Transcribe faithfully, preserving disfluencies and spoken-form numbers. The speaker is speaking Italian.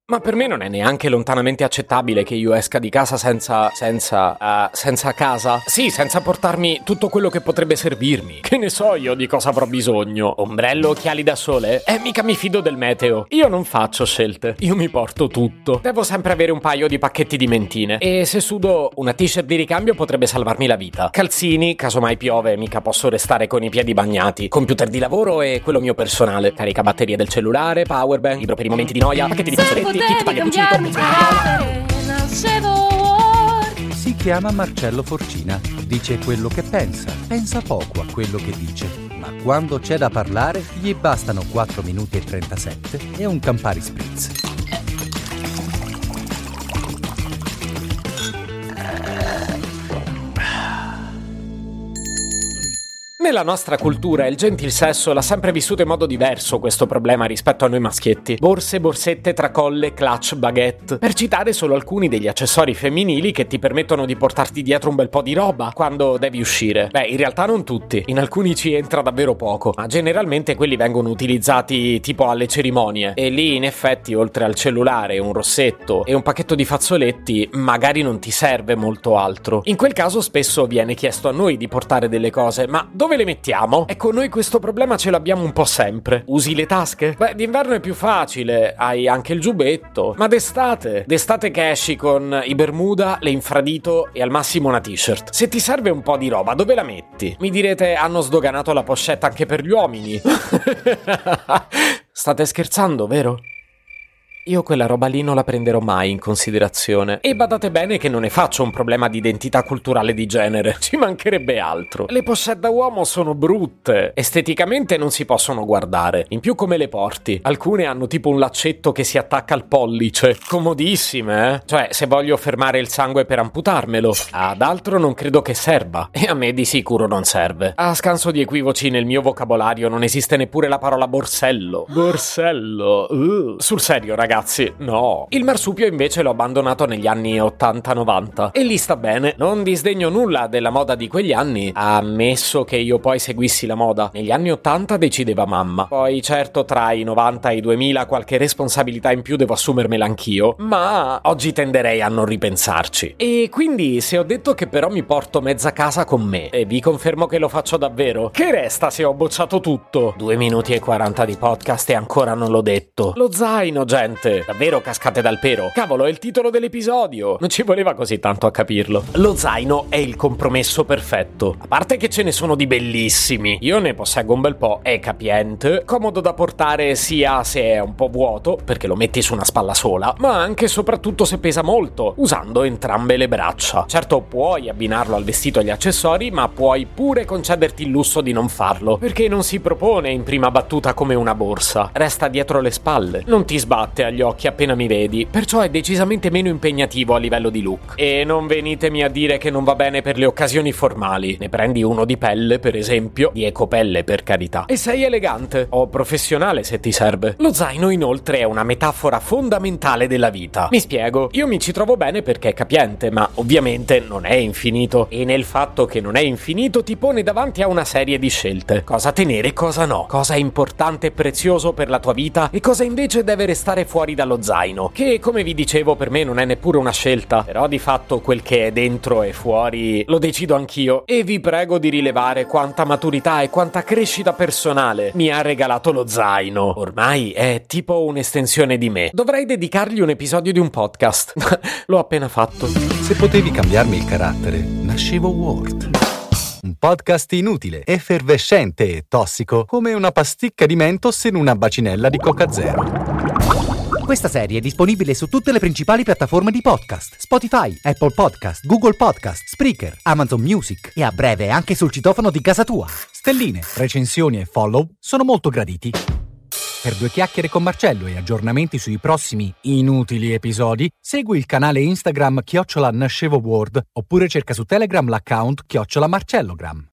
Ma per me non è neanche lontanamente accettabile che io esca di casa senza... senza... Uh, senza casa. Sì, senza portarmi tutto quello che potrebbe servirmi. Che ne so io di cosa avrò bisogno? Ombrello, occhiali da sole? Eh, mica mi fido del meteo. Io non faccio scelte. Io mi porto tutto. Devo sempre avere un paio di pacchetti di mentine. E se sudo una t-shirt di ricambio potrebbe salvarmi la vita. Calzini, casomai piove, mica posso restare con i piedi bagnati. Computer di lavoro e quello mio personale. Carica batterie del cellulare, powerbank, libro per i momenti di noia, pacchetti di fazzoletti, kit taglia cucito. Si chiama Marcello Forcina, dice quello che pensa, pensa poco a quello che dice, ma quando c'è da parlare gli bastano quattro minuti e trentasette e un Campari Spritz. Nella nostra cultura il gentil sesso l'ha sempre vissuto in modo diverso questo problema rispetto a noi maschietti. Borse, borsette, tracolle, clutch, baguette, per citare solo alcuni degli accessori femminili che ti permettono di portarti dietro un bel po' di roba quando devi uscire. Beh, in realtà non tutti, in alcuni ci entra davvero poco, ma generalmente quelli vengono utilizzati tipo alle cerimonie e lì in effetti oltre al cellulare, un rossetto e un pacchetto di fazzoletti magari non ti serve molto altro. In quel caso spesso viene chiesto a noi di portare delle cose, ma dove le mettiamo? Ecco, noi questo problema ce l'abbiamo un po' sempre. Usi le tasche? Beh, d'inverno è più facile, hai anche il giubbetto, ma d'estate? D'estate che esci con i bermuda, le infradito e al massimo una t-shirt. Se ti serve un po' di roba, dove la metti? Mi direte, hanno sdoganato la pochette anche per gli uomini. State scherzando, vero? Io quella roba lì non la prenderò mai in considerazione. E badate bene che non ne faccio un problema di identità culturale di genere, ci mancherebbe altro. Le pochette da uomo sono brutte, esteticamente non si possono guardare. In più come le porti? Alcune hanno tipo un laccetto che si attacca al pollice. Comodissime, eh? Cioè, se voglio fermare il sangue per amputarmelo. Ad altro non credo che serva. E a me di sicuro non serve. A scanso di equivoci, nel mio vocabolario non esiste neppure la parola borsello. Borsello. Uh. Sul serio, ragazzi. Ragazzi, no. Il marsupio invece l'ho abbandonato negli anni ottanta novanta e lì sta bene. Non disdegno nulla della moda di quegli anni, ammesso che io poi seguissi la moda. Negli anni ottanta decideva mamma. Poi certo tra i novanta e i duemila qualche responsabilità in più devo assumermela anch'io, ma oggi tenderei a non ripensarci. E quindi se ho detto che però mi porto mezza casa con me e vi confermo che lo faccio davvero, che resta se ho bocciato tutto? Due minuti e quaranta di podcast e ancora non l'ho detto. Lo zaino, gente. Davvero cascate dal pero? Cavolo, è il titolo dell'episodio. Non ci voleva così tanto a capirlo. Lo zaino è il compromesso perfetto. A parte che ce ne sono di bellissimi. Io ne posseggo un bel po'. È capiente, comodo da portare sia se è un po' vuoto, perché lo metti su una spalla sola, ma anche e soprattutto se pesa molto, usando entrambe le braccia. Certo, puoi abbinarlo al vestito e agli accessori, ma puoi pure concederti il lusso di non farlo, perché non si propone in prima battuta come una borsa. Resta dietro le spalle. Non ti sbatte agli occhi appena mi vedi, perciò è decisamente meno impegnativo a livello di look. E non venitemi a dire che non va bene per le occasioni formali. Ne prendi uno di pelle, per esempio, di ecopelle per carità, e sei elegante o professionale se ti serve. Lo zaino inoltre è una metafora fondamentale della vita. Mi spiego, io mi ci trovo bene perché è capiente, ma ovviamente non è infinito, e nel fatto che non è infinito ti pone davanti a una serie di scelte. Cosa tenere e cosa no, cosa è importante e prezioso per la tua vita e cosa invece deve restare fuori dallo zaino, che come vi dicevo per me non è neppure una scelta, però di fatto quel che è dentro e fuori lo decido anch'io, e vi prego di rilevare quanta maturità e quanta crescita personale mi ha regalato lo zaino. Ormai è tipo un'estensione di me. Dovrei dedicargli un episodio di un podcast. L'ho appena fatto. Se potevi cambiarmi il carattere, nascevo Word. Un podcast inutile, effervescente e tossico, come una pasticca di Mentos in una bacinella di Coca Zero. Questa serie è disponibile su tutte le principali piattaforme di podcast: Spotify, Apple Podcast, Google Podcast, Spreaker, Amazon Music e a breve anche sul citofono di casa tua. Stelline, recensioni e follow sono molto graditi. Per due chiacchiere con Marcello e aggiornamenti sui prossimi inutili episodi, segui il canale Instagram chiocciola Nascevo Word oppure cerca su Telegram l'account chiocciola Marcellogram.